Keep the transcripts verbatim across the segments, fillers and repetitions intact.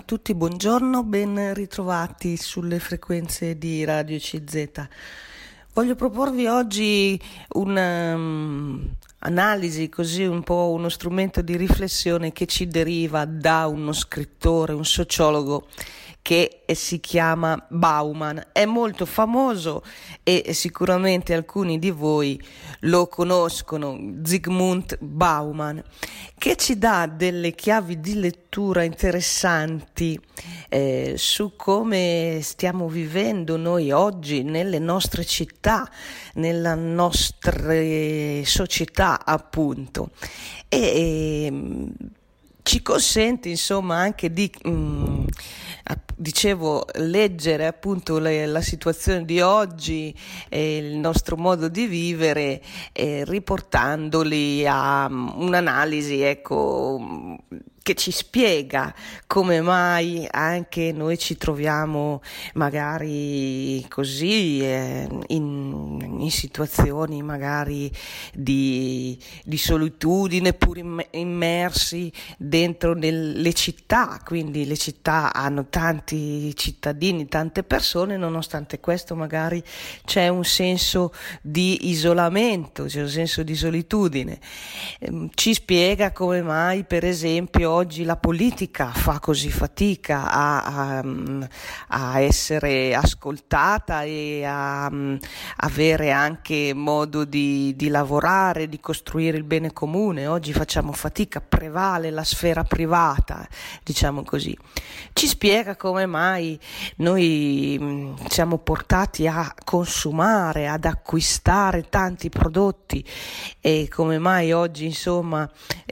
tutti, buongiorno, ben ritrovati sulle frequenze di Radio C Z. Voglio proporvi oggi un'analisi, um, così un po' uno strumento di riflessione che ci deriva da uno scrittore, un sociologo che si chiama Bauman. È molto famoso e sicuramente alcuni di voi lo conoscono, Zygmunt Bauman, che ci dà delle chiavi di lettura interessanti eh, su come stiamo vivendo noi oggi nelle nostre città, nella nostra società appunto, e, e ci consente insomma anche di mh, dicevo leggere appunto le, la situazione di oggi e il nostro modo di vivere, eh, riportandoli a um, un'analisi ecco che ci spiega come mai anche noi ci troviamo magari così eh, in, in situazioni magari di, di solitudine, pur immersi dentro nelle città. Quindi le città hanno tanti cittadini, tante persone, nonostante questo magari c'è un senso di isolamento, c'è un senso di solitudine. Eh, ci spiega come mai per esempio oggi la politica fa così fatica a, a, a essere ascoltata e a, a avere anche modo di, di lavorare, di costruire il bene comune. Oggi facciamo fatica, prevale la sfera privata, diciamo così. Ci spiega come mai noi siamo portati a consumare, ad acquistare tanti prodotti e come mai oggi insomma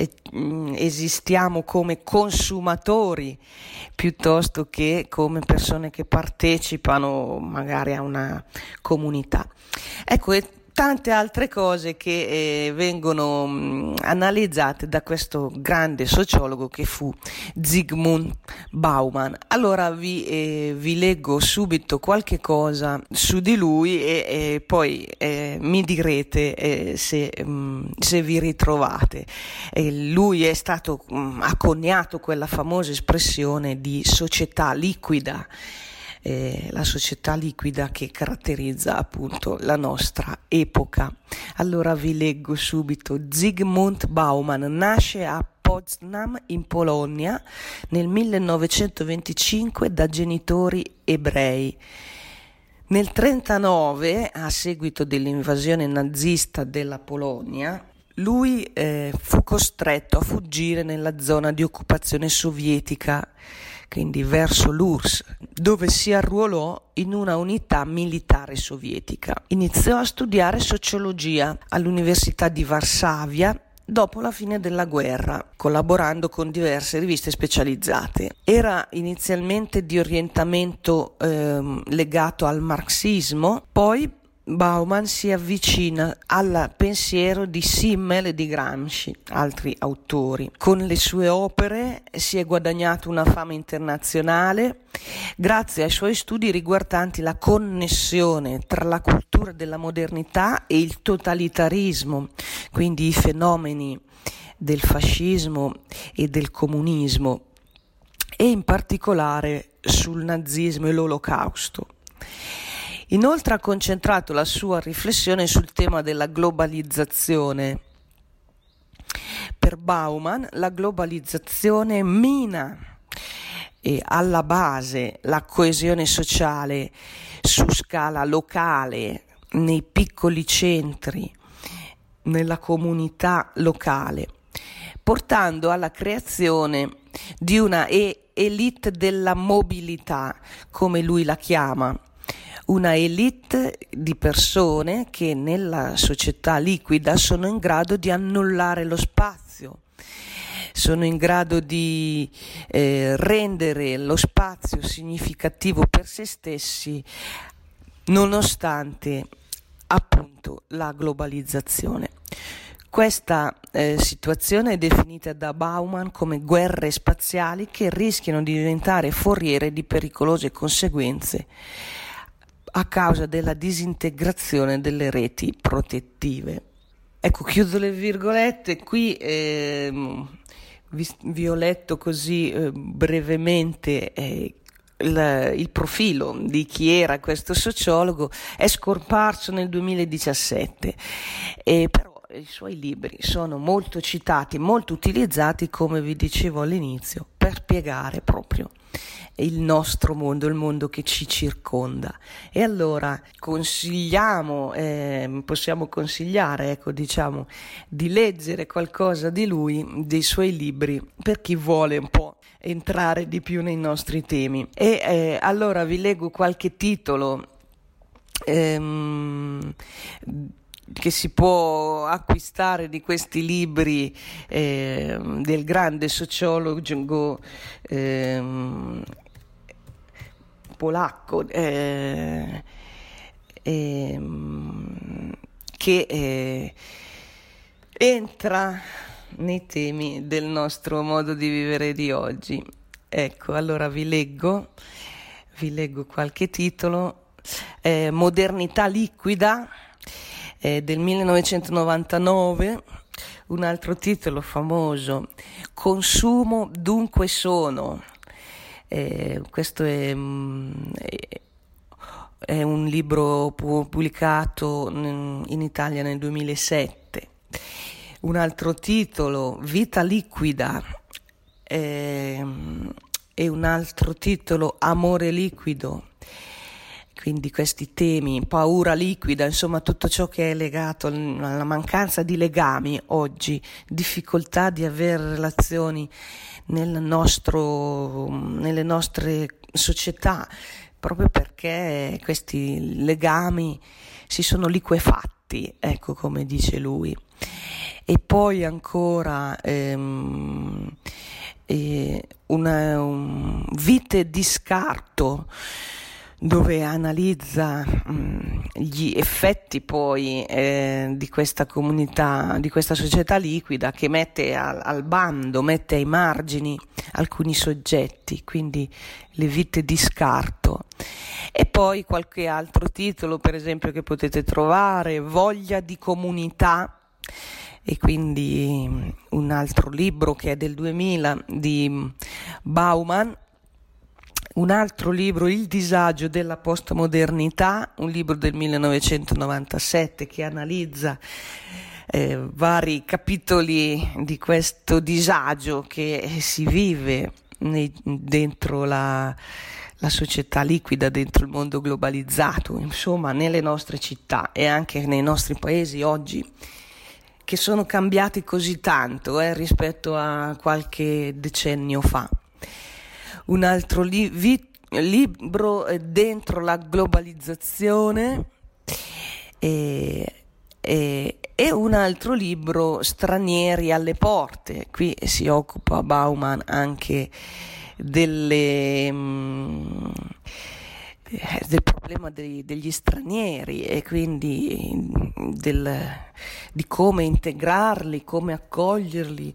esistiamo come consumatori piuttosto che come persone che partecipano magari a una comunità. Ecco, e tante altre cose che eh, vengono mh, analizzate da questo grande sociologo che fu Zygmunt Bauman. Allora vi, eh, vi leggo subito qualche cosa su di lui e, e poi eh, mi direte eh, se, mh, se vi ritrovate. Eh, lui è stato, mh, ha coniato quella famosa espressione di società liquida. Eh, la società liquida che caratterizza appunto la nostra epoca. Allora vi leggo subito. Zygmunt Bauman nasce a Poznań in Polonia nel millenovecentoventicinque da genitori ebrei. Nel trentanove, a seguito dell'invasione nazista della Polonia, lui eh, fu costretto a fuggire nella zona di occupazione sovietica, quindi verso l'U R S S, dove si arruolò in una unità militare sovietica. Iniziò a studiare sociologia all'Università di Varsavia dopo la fine della guerra, collaborando con diverse riviste specializzate. Era inizialmente di orientamento ehm, legato al marxismo, poi Bauman si avvicina al pensiero di Simmel e di Gramsci, altri autori. Con le sue opere si è guadagnato una fama internazionale grazie ai suoi studi riguardanti la connessione tra la cultura della modernità e il totalitarismo, quindi i fenomeni del fascismo e del comunismo, e in particolare sul nazismo e l'olocausto. Inoltre ha concentrato la sua riflessione sul tema della globalizzazione. Per Bauman la globalizzazione mina e alla base la coesione sociale su scala locale, nei piccoli centri, nella comunità locale, portando alla creazione di una elite della mobilità, come lui la chiama. Una elite di persone che nella società liquida sono in grado di annullare lo spazio, sono in grado di eh, rendere lo spazio significativo per se stessi nonostante appunto la globalizzazione. Questa eh, situazione è definita da Bauman come guerre spaziali che rischiano di diventare foriere di pericolose conseguenze a causa della disintegrazione delle reti protettive. Ecco, chiudo le virgolette, qui eh, vi, vi ho letto così eh, brevemente eh, il, il profilo di chi era questo sociologo. È scomparso nel duemiladiciassette, e però i suoi libri sono molto citati, molto utilizzati, come vi dicevo all'inizio, per spiegare proprio il nostro mondo, il mondo che ci circonda. E allora consigliamo, eh, possiamo consigliare, ecco, diciamo, di leggere qualcosa di lui, dei suoi libri, per chi vuole un po' entrare di più nei nostri temi. E eh, allora vi leggo qualche titolo ehm, che si può acquistare di questi libri eh, del grande sociologo eh, polacco eh, eh, che eh, entra nei temi del nostro modo di vivere di oggi. Ecco, allora vi leggo, vi leggo qualche titolo. Eh, Modernità liquida, del millenovecentonovantanove, un altro titolo famoso, Consumo dunque sono. Eh, questo è, è un libro pubblicato in Italia nel duemilasette. Un altro titolo, Vita liquida, eh, e un altro titolo, Amore liquido. Quindi questi temi, paura liquida, insomma tutto ciò che è legato alla mancanza di legami oggi, difficoltà di avere relazioni nel nostro, nelle nostre società, proprio perché questi legami si sono liquefatti, ecco, come dice lui. E poi ancora ehm, eh, una un, vite di scarto, dove analizza mh, gli effetti poi eh, di questa comunità, di questa società liquida, che mette al, al bando, mette ai margini alcuni soggetti, quindi le vite di scarto. E poi qualche altro titolo, per esempio, che potete trovare, Voglia di comunità, e quindi un altro libro che è del duemila di Bauman. Un altro libro, Il disagio della postmodernità, un libro del millenovecentonovantasette che analizza eh, vari capitoli di questo disagio che si vive nei, dentro la, la società liquida, dentro il mondo globalizzato, insomma nelle nostre città e anche nei nostri paesi oggi, che sono cambiati così tanto eh, rispetto a qualche decennio fa. Un altro li- vi- libro Dentro la globalizzazione, e, e, e un altro libro, Stranieri alle porte. Qui si occupa Bauman anche delle, mh, del problema dei, degli stranieri, e quindi del, di come integrarli, come accoglierli,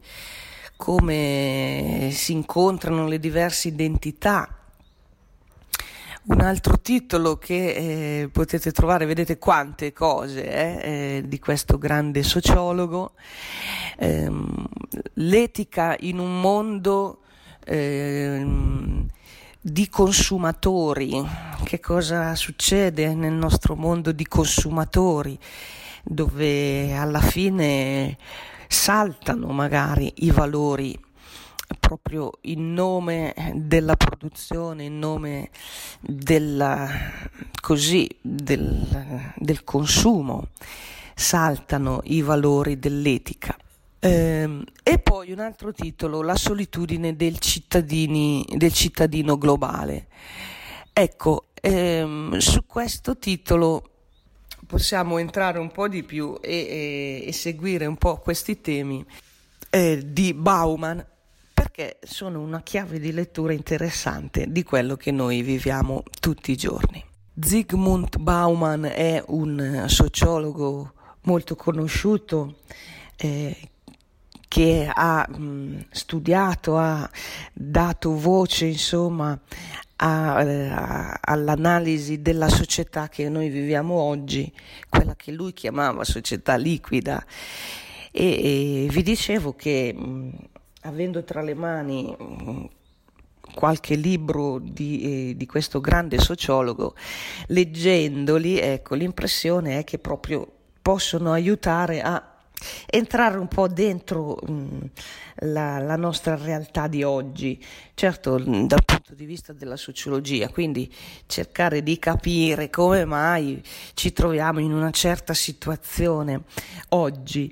come si incontrano le diverse identità. Un altro titolo che eh, potete trovare, vedete quante cose eh, eh, di questo grande sociologo, ehm, l'etica in un mondo ehm, di consumatori. Che cosa succede nel nostro mondo di consumatori, dove alla fine saltano magari i valori proprio in nome della produzione, in nome della, così, del, del consumo, saltano i valori dell'etica. Ehm, e poi un altro titolo, La solitudine del, cittadini, del cittadino globale. Ecco, ehm, su questo titolo possiamo entrare un po' di più e, e, e seguire un po' questi temi eh, di Bauman, perché sono una chiave di lettura interessante di quello che noi viviamo tutti i giorni. Zygmunt Bauman è un sociologo molto conosciuto eh, che ha mh, studiato, ha dato voce, insomma, A, a, all'analisi della società che noi viviamo oggi, quella che lui chiamava società liquida. E, e vi dicevo che mh, avendo tra le mani mh, qualche libro di, eh, di questo grande sociologo, leggendoli, ecco, l'impressione è che proprio possono aiutare a entrare un po' dentro mh, la, la nostra realtà di oggi, certo mh, dal punto di vista della sociologia, quindi cercare di capire come mai ci troviamo in una certa situazione oggi.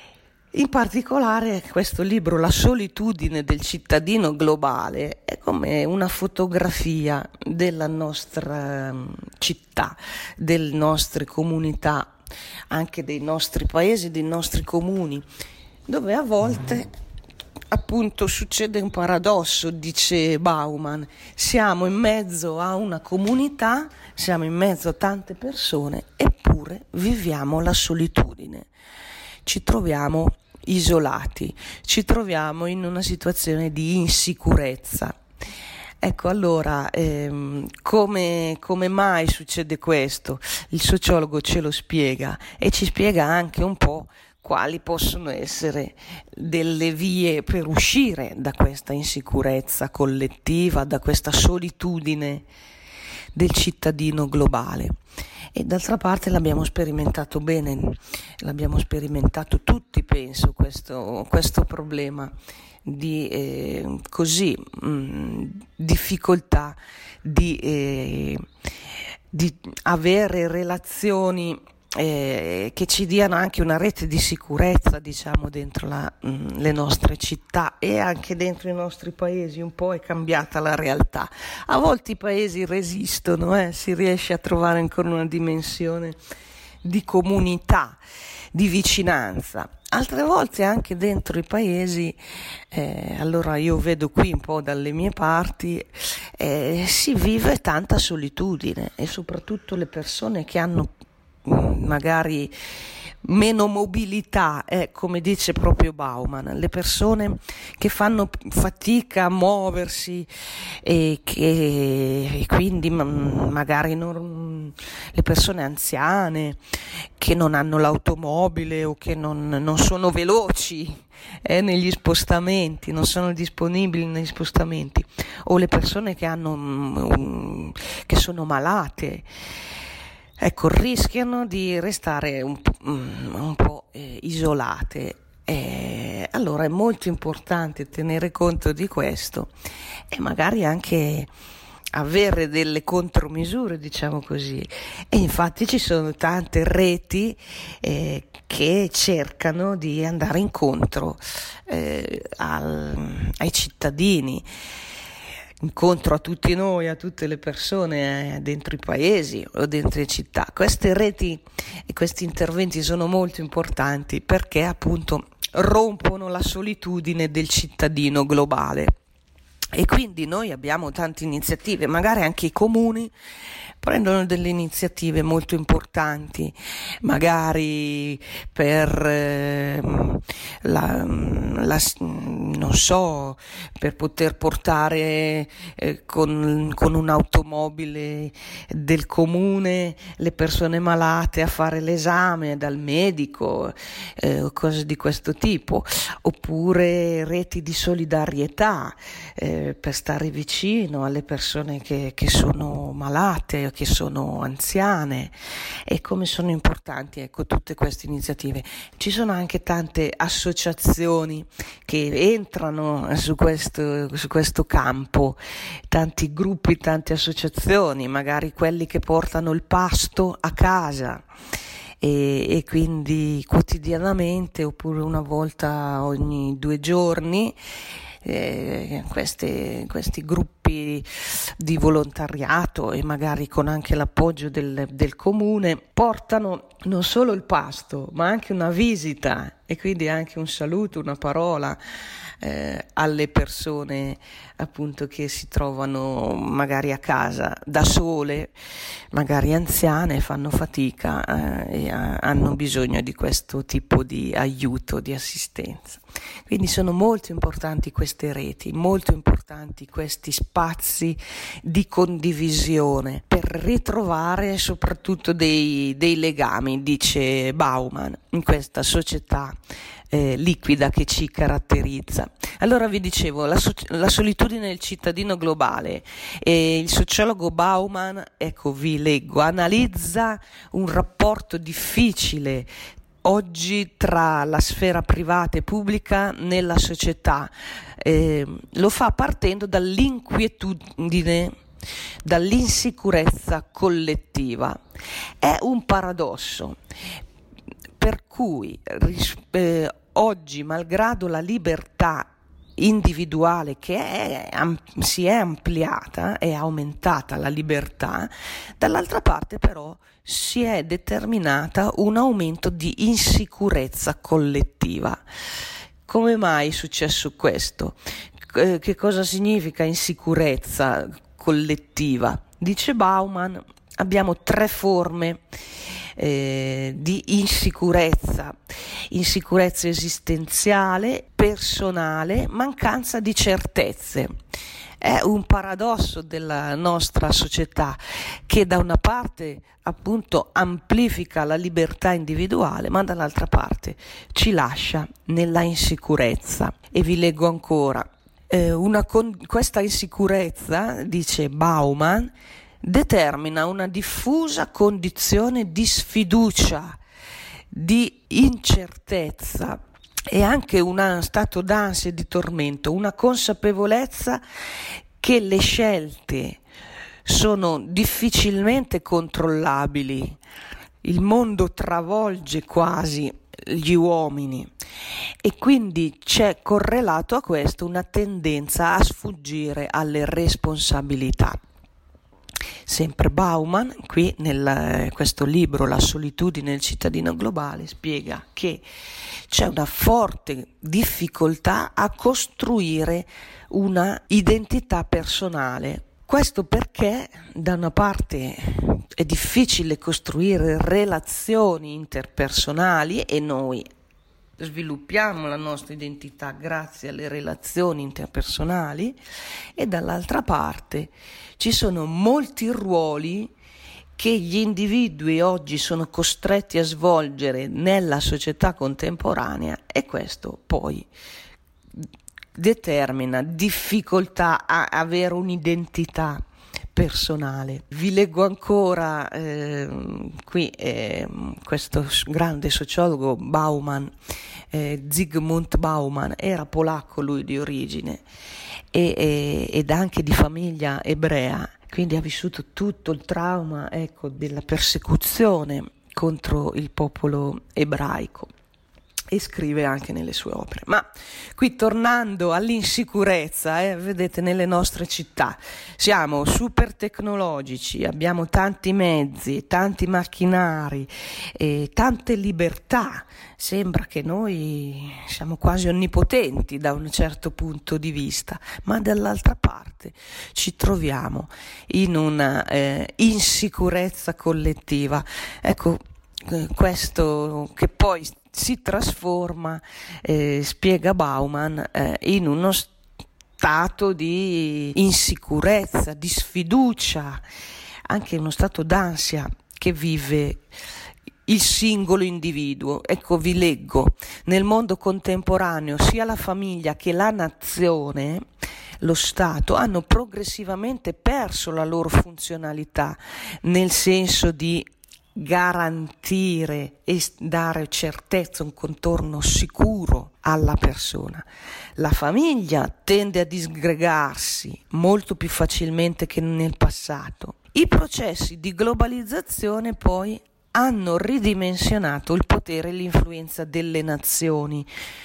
In particolare questo libro, La solitudine del cittadino globale, è come una fotografia della nostra città, delle nostre comunità, anche dei nostri paesi, dei nostri comuni, dove a volte appunto succede un paradosso, dice Bauman: siamo in mezzo a una comunità, siamo in mezzo a tante persone, eppure viviamo la solitudine. Ci troviamo isolati, ci troviamo in una situazione di insicurezza. Ecco, allora, ehm, come, come mai succede questo? Il sociologo ce lo spiega e ci spiega anche un po' quali possono essere delle vie per uscire da questa insicurezza collettiva, da questa solitudine del cittadino globale. E d'altra parte l'abbiamo sperimentato bene, l'abbiamo sperimentato tutti, penso, questo, questo problema di eh, così mh, difficoltà di, eh, di avere relazioni eh, che ci diano anche una rete di sicurezza, diciamo, dentro la, mh, le nostre città e anche dentro i nostri paesi. Un po' è cambiata la realtà. A volte i paesi resistono, eh, si riesce a trovare ancora una dimensione di comunità, di vicinanza. Altre volte anche dentro i paesi, eh, allora io vedo qui un po' dalle mie parti, eh, si vive tanta solitudine e soprattutto le persone che hanno mh, magari meno mobilità, eh, come dice proprio Bauman, le persone che fanno fatica a muoversi e che e quindi m- magari non, le persone anziane che non hanno l'automobile o che non, non sono veloci eh, negli spostamenti, non sono disponibili negli spostamenti, o le persone che hanno um, che sono malate. Ecco, rischiano di restare un po', un po' eh, isolate. Eh, allora è molto importante tenere conto di questo e magari anche avere delle contromisure, diciamo così. E infatti ci sono tante reti eh, che cercano di andare incontro eh, al, ai cittadini, incontro a tutti noi, a tutte le persone eh, dentro i paesi o dentro le città. Queste reti e questi interventi sono molto importanti perché appunto rompono la solitudine del cittadino globale. E quindi noi abbiamo tante iniziative, magari anche i comuni prendono delle iniziative molto importanti, magari per eh, la, la, non so, per poter portare eh, con, con un'automobile del comune le persone malate a fare l'esame dal medico, eh, cose di questo tipo, oppure reti di solidarietà eh, per stare vicino alle persone che, che sono malate, che sono anziane, e come sono importanti, ecco, tutte queste iniziative. Ci sono anche tante associazioni che entrano su questo, su questo campo, tanti gruppi, tante associazioni, magari quelli che portano il pasto a casa e, e quindi quotidianamente oppure una volta ogni due giorni Eh, queste, questi gruppi di volontariato e magari con anche l'appoggio del, del comune portano non solo il pasto ma anche una visita e quindi anche un saluto, una parola eh, alle persone appunto che si trovano magari a casa da sole, magari anziane, fanno fatica eh, e ha, hanno bisogno di questo tipo di aiuto, di assistenza. Quindi sono molto importanti queste reti, molto importanti questi spazi di condivisione per ritrovare soprattutto dei, dei legami, domani, dice Bauman, in questa società eh, liquida che ci caratterizza. Allora vi dicevo, la, so- la solitudine del cittadino globale. E il sociologo Bauman, ecco vi leggo, analizza un rapporto difficile oggi tra la sfera privata e pubblica nella società. Eh, lo fa partendo dall'inquietudine, dall'insicurezza collettiva. È un paradosso per cui eh, oggi, malgrado la libertà individuale che è, am, si è ampliata, è aumentata la libertà, dall'altra parte però si è determinata un aumento di insicurezza collettiva. Come mai è successo questo? Eh, che cosa significa insicurezza collettiva? Dice Bauman, abbiamo tre forme eh, di insicurezza: insicurezza esistenziale, personale, mancanza di certezze. È un paradosso della nostra società che da una parte appunto amplifica la libertà individuale, ma dall'altra parte ci lascia nella insicurezza. E vi leggo ancora. Eh, una con- questa insicurezza, dice Bauman, determina una diffusa condizione di sfiducia, di incertezza e anche uno stato d'ansia e di tormento, una consapevolezza che le scelte sono difficilmente controllabili, il mondo travolge quasi gli uomini e quindi c'è correlato a questo una tendenza a sfuggire alle responsabilità. Sempre Bauman, qui nel questo libro La solitudine del cittadino globale, spiega che c'è una forte difficoltà a costruire una identità personale. Questo perché da una parte è difficile costruire relazioni interpersonali e noi sviluppiamo la nostra identità grazie alle relazioni interpersonali, e dall'altra parte ci sono molti ruoli che gli individui oggi sono costretti a svolgere nella società contemporanea, e questo poi determina difficoltà a avere un'identità personale. Vi leggo ancora eh, qui eh, questo grande sociologo Bauman, eh, Zygmunt Bauman, era polacco lui di origine e, e, ed anche di famiglia ebrea, quindi ha vissuto tutto il trauma, ecco, della persecuzione contro il popolo ebraico, e scrive anche nelle sue opere. Ma qui, tornando all'insicurezza, eh, vedete, nelle nostre città siamo super tecnologici, abbiamo tanti mezzi, tanti macchinari, eh, tante libertà, sembra che noi siamo quasi onnipotenti da un certo punto di vista, ma dall'altra parte ci troviamo in una eh, insicurezza collettiva. Ecco, eh, questo che poi si trasforma, eh, spiega Bauman, eh, in uno stato di insicurezza, di sfiducia, anche uno stato d'ansia che vive il singolo individuo. Ecco, vi leggo, nel mondo contemporaneo sia la famiglia che la nazione, lo Stato, hanno progressivamente perso la loro funzionalità, nel senso di garantire e dare certezza, un contorno sicuro alla persona. La famiglia tende a disgregarsi molto più facilmente che nel passato. I processi di globalizzazione poi hanno ridimensionato il potere e l'influenza delle nazioni,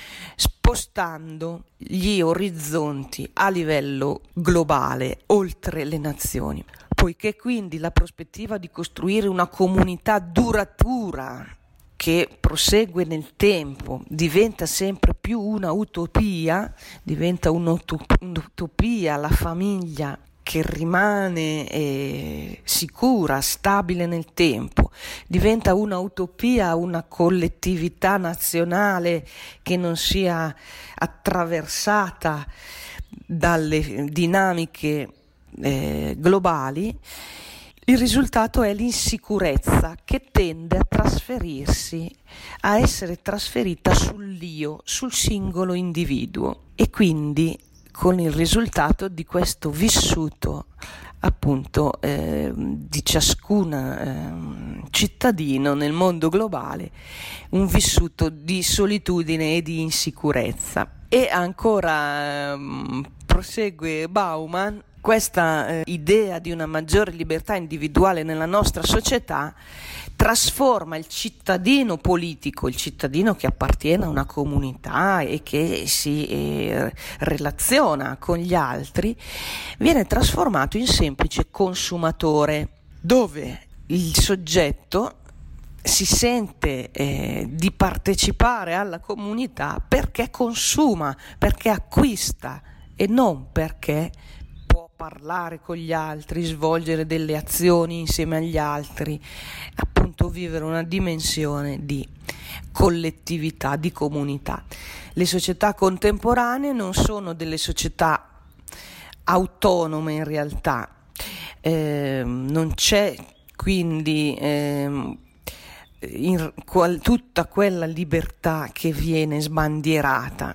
spostando gli orizzonti a livello globale oltre le nazioni. Poiché quindi la prospettiva di costruire una comunità duratura che prosegue nel tempo diventa sempre più una utopia, diventa un'utopia la famiglia che rimane eh, sicura, stabile nel tempo, diventa una utopia, una collettività nazionale che non sia attraversata dalle dinamiche Eh, globali. il risultato è l'insicurezza che tende a trasferirsi, a essere trasferita sull'io, sul singolo individuo, e quindi con il risultato di questo vissuto appunto eh, di ciascun eh, cittadino nel mondo globale, un vissuto di solitudine e di insicurezza. E ancora eh, prosegue Bauman: questa eh, idea di una maggiore libertà individuale nella nostra società trasforma il cittadino politico, il cittadino che appartiene a una comunità e che si eh, relaziona con gli altri, viene trasformato in semplice consumatore, dove il soggetto si sente eh, di partecipare alla comunità perché consuma, perché acquista e non perché può parlare con gli altri, svolgere delle azioni insieme agli altri, appunto vivere una dimensione di collettività, di comunità. Le società contemporanee non sono delle società autonome in realtà, eh, non c'è quindi eh, in qual, tutta quella libertà che viene sbandierata.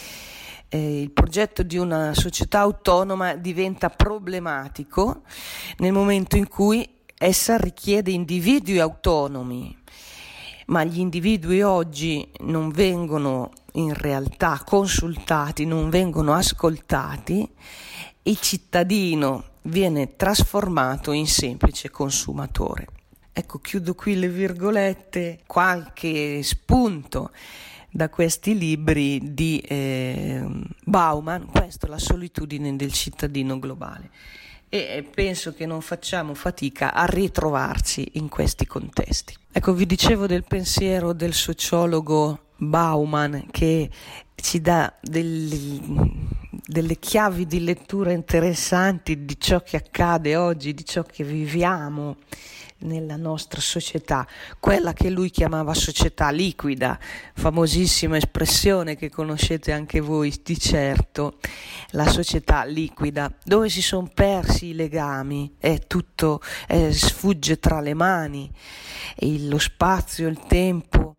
Eh, il progetto di una società autonoma diventa problematico nel momento in cui essa richiede individui autonomi, ma gli individui oggi non vengono in realtà consultati, non vengono ascoltati, il cittadino viene trasformato in semplice consumatore. Ecco, chiudo qui le virgolette, qualche spunto da questi libri di eh, Bauman, questo, La solitudine del cittadino globale, e penso che non facciamo fatica a ritrovarci in questi contesti. Ecco, vi dicevo del pensiero del sociologo Bauman, che ci dà delle, delle chiavi di lettura interessanti di ciò che accade oggi, di ciò che viviamo nella nostra società, quella che lui chiamava società liquida, famosissima espressione che conoscete anche voi di certo, la società liquida, dove si sono persi i legami, è tutto è, sfugge tra le mani, e lo spazio, il tempo,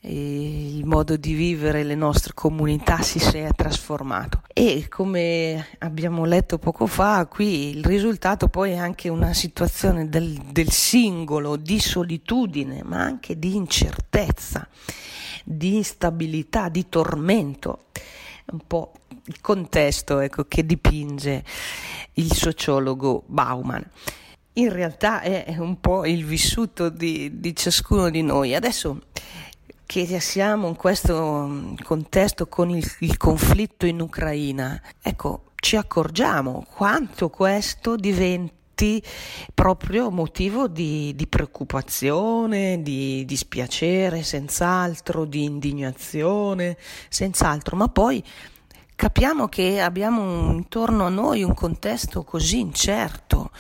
e il modo di vivere le nostre comunità si è trasformato, e come abbiamo letto poco fa qui, il risultato poi è anche una situazione del, del singolo, di solitudine, ma anche di incertezza, di instabilità, di tormento. Un po' il contesto, ecco, che dipinge il sociologo Bauman. In realtà è un po' il vissuto di, di ciascuno di noi. Adesso che siamo in questo contesto con il, il conflitto in Ucraina, ecco, ci accorgiamo quanto questo diventi proprio motivo di, di preoccupazione, di dispiacere, senz'altro, di indignazione, senz'altro, ma poi capiamo che abbiamo intorno a noi un contesto così incerto,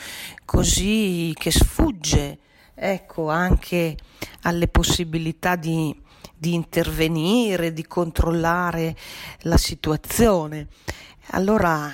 così che sfugge, ecco, anche alle possibilità di di intervenire, di controllare la situazione. Allora,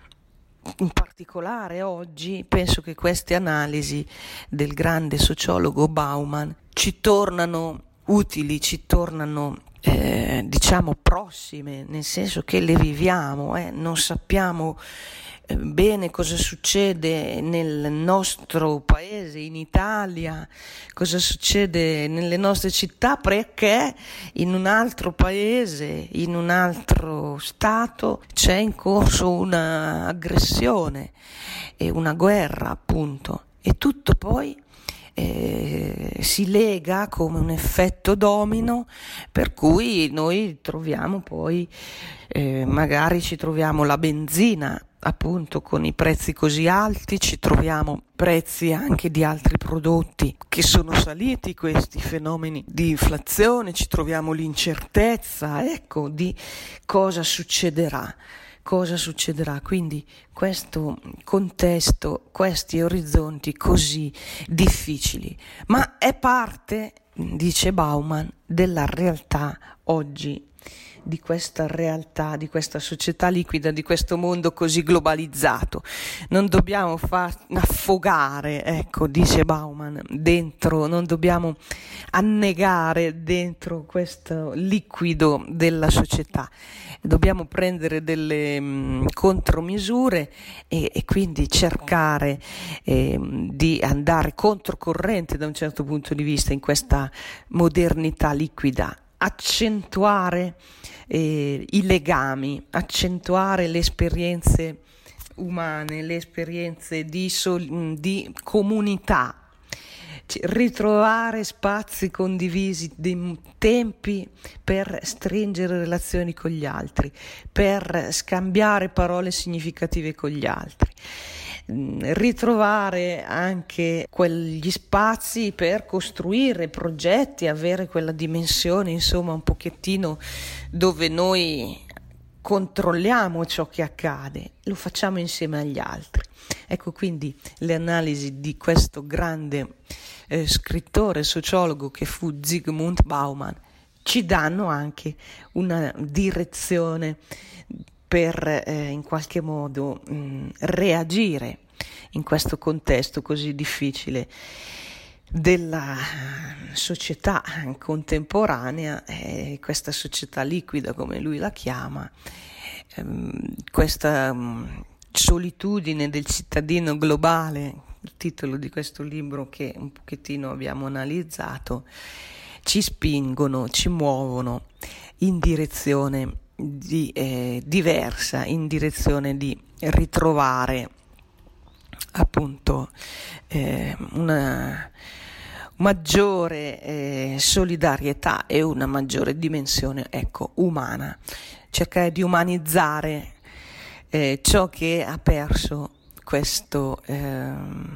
in particolare oggi, penso che queste analisi del grande sociologo Bauman ci tornano utili, ci tornano eh, diciamo prossime, nel senso che le viviamo, eh, non sappiamo bene cosa succede nel nostro paese, in Italia, cosa succede nelle nostre città, perché in un altro paese, in un altro stato c'è in corso una aggressione e una guerra, appunto, e tutto poi Eh, si lega come un effetto domino, per cui noi troviamo poi eh, magari ci troviamo la benzina appunto con i prezzi così alti, ci troviamo prezzi anche di altri prodotti che sono saliti, questi fenomeni di inflazione, ci troviamo l'incertezza, ecco, di cosa succederà. Cosa succederà? Quindi questo contesto, questi orizzonti così difficili, ma è parte, dice Bauman, della realtà oggi di questa realtà, di questa società liquida, di questo mondo così globalizzato. Non dobbiamo far affogare, ecco, dice Bauman, dentro, non dobbiamo annegare dentro questo liquido della società. Dobbiamo prendere delle mh, contromisure e, e quindi cercare eh, di andare controcorrente da un certo punto di vista in questa modernità liquida, accentuare eh, i legami, accentuare le esperienze umane, le esperienze di, sol- di comunità, ritrovare spazi condivisi, dei tempi per stringere relazioni con gli altri, per scambiare parole significative con gli altri, ritrovare anche quegli spazi per costruire progetti, avere quella dimensione, insomma, un pochettino dove noi controlliamo ciò che accade, lo facciamo insieme agli altri. Ecco, quindi le analisi di questo grande eh, scrittore, sociologo che fu Zygmunt Bauman ci danno anche una direzione per eh, in qualche modo mh, reagire in questo contesto così difficile della società contemporanea, eh, questa società liquida come lui la chiama, ehm, questa mh, solitudine del cittadino globale, il titolo di questo libro che un pochettino abbiamo analizzato, ci spingono, ci muovono in direzione di, eh, diversa, in direzione di ritrovare appunto eh, una maggiore eh, solidarietà e una maggiore dimensione, ecco, umana, cercare di umanizzare eh, ciò che ha perso questo eh,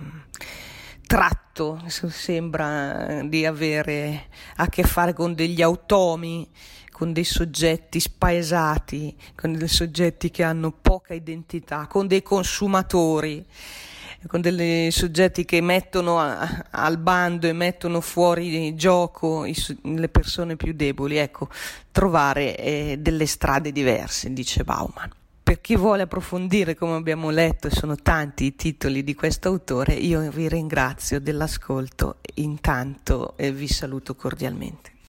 tratto, sembra di avere a che fare con degli automi, con dei soggetti spaesati, con dei soggetti che hanno poca identità, con dei consumatori, con dei soggetti che mettono a, al bando e mettono fuori di gioco i, le persone più deboli. Ecco, trovare eh, delle strade diverse, dice Bauman. Per chi vuole approfondire, come abbiamo letto, sono tanti i titoli di questo autore, io vi ringrazio dell'ascolto, intanto e vi saluto cordialmente.